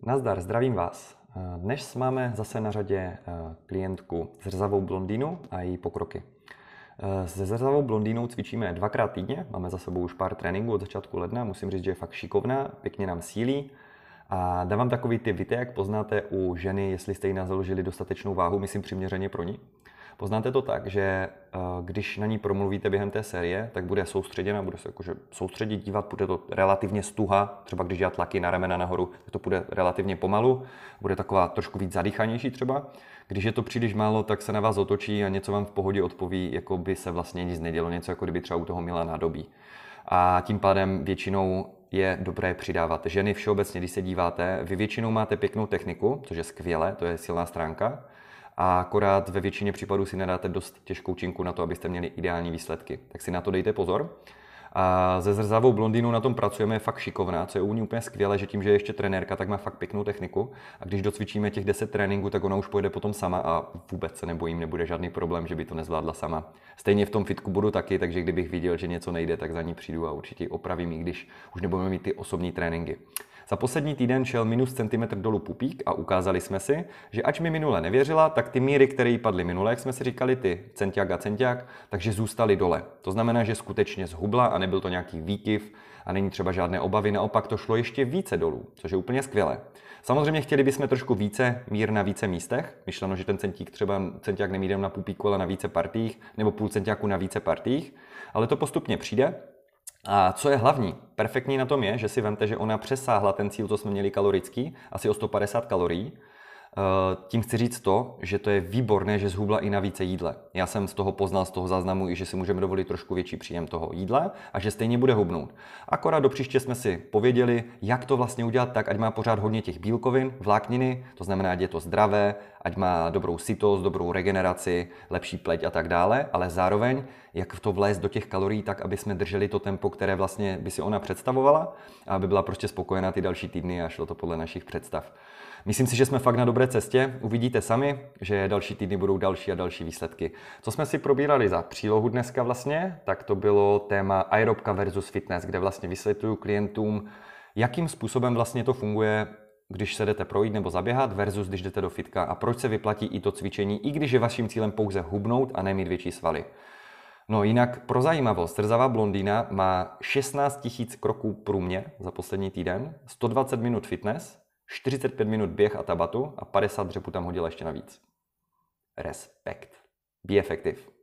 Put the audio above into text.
Nazdar, zdravím vás. Dnes máme zase na řadě klientku s zrzavou blondýnu a její pokroky. Se zrzavou blondýnou cvičíme 2x týdně, máme za sebou už pár tréninků od začátku ledna, musím říct, že je fakt šikovná, pěkně nám sílí. A dávám takový tip, víte, jak poznáte u ženy, jestli jste jí založili dostatečnou váhu, myslím přiměřeně pro ní. Poznáte to tak, že když na ní promluvíte během té série, tak bude soustředěna, bude se jakože soustředit, dívat, bude to relativně stuha, třeba když dělá tlaky na ramena nahoru, tak to bude relativně pomalu, bude taková trošku víc zadýchanější třeba. Když je to příliš málo, tak se na vás otočí a něco vám v pohodě odpoví, jako by se vlastně nic nedělo, něco jako kdyby třeba u toho měla nádobí. A tím pádem většinou je dobré přidávat. Ženy všeobecně, když se díváte, vy většinou máte pěknou techniku, což je skvělé, to je silná stránka, a akorát ve většině případů si nedáte dost těžkou činku na to, abyste měli ideální výsledky. Tak si na to dejte pozor. A se zrzavou blondýnou na tom pracujeme, je fakt šikovná, co je u ní úplně skvělé, že tím, že je ještě trenérka, tak má fakt pěknou techniku. A když docvičíme těch 10 tréninků, tak ona už pojede potom sama a vůbec se nebojím, nebude žádný problém, že by to nezvládla sama. Stejně v tom fitku budu taky, takže kdybych viděl, že něco nejde, tak za ní přijdu a určitě opravím, i když už nebudeme mít ty osobní tréninky. Za poslední týden šel minus centimetr dolů pupík a ukázali jsme si, že ač mi minule nevěřila, tak ty míry, které jí padly minule, jak jsme si říkali, ty centiák a centiák, takže zůstaly dole. To znamená, že skutečně zhubla a nebyl to nějaký výkyv a není třeba žádné obavy, naopak to šlo ještě více dolů, což je úplně skvělé. Samozřejmě chtěli bychom trošku více mír na více místech, myšleno, že ten centiák nemí jenom na pupíku, ale na více partiích, nebo půl centiáku na více partiích, ale to postupně přijde. A co je hlavní, perfektní na tom je, že si vemte, že ona přesáhla ten cíl, co jsme měli kalorický, asi o 150 kalorií. Tím chci říct to, že to je výborné, že zhubla i na více jídle. Já jsem z toho poznal, z toho záznamu, i že si můžeme dovolit trošku větší příjem toho jídla a že stejně bude hubnout. Akorát do příště jsme si pověděli, jak to vlastně udělat tak, ať má pořád hodně těch bílkovin, vlákniny, to znamená, ať je to zdravé, ať má dobrou sytost, dobrou regeneraci, lepší pleť a tak dále, ale zároveň, jak to vlézt do těch kalorií tak, aby jsme drželi to tempo, které vlastně by si ona představovala a aby byla prostě spokojená ty další týdny a šlo to podle našich představ. Myslím si, že jsme fakt na dobré cestě. Uvidíte sami, že další týdny budou další a další výsledky. Co jsme si probírali za přílohu dneska vlastně, tak to bylo téma aerobka versus fitness, kde vlastně vysvětluju klientům, jakým způsobem vlastně to funguje, když se jdete projít nebo zaběhat versus když jdete do fitka a proč se vyplatí i to cvičení, i když je vaším cílem pouze hubnout a nemít větší svaly. No jinak pro zajímavost, zrzavá blondýna má 16 000 kroků průměr za poslední týden, 120 minut fitness, 45 minut běh a tabatu a 50 dřepů tam hodila ještě navíc. Respekt. Be effective.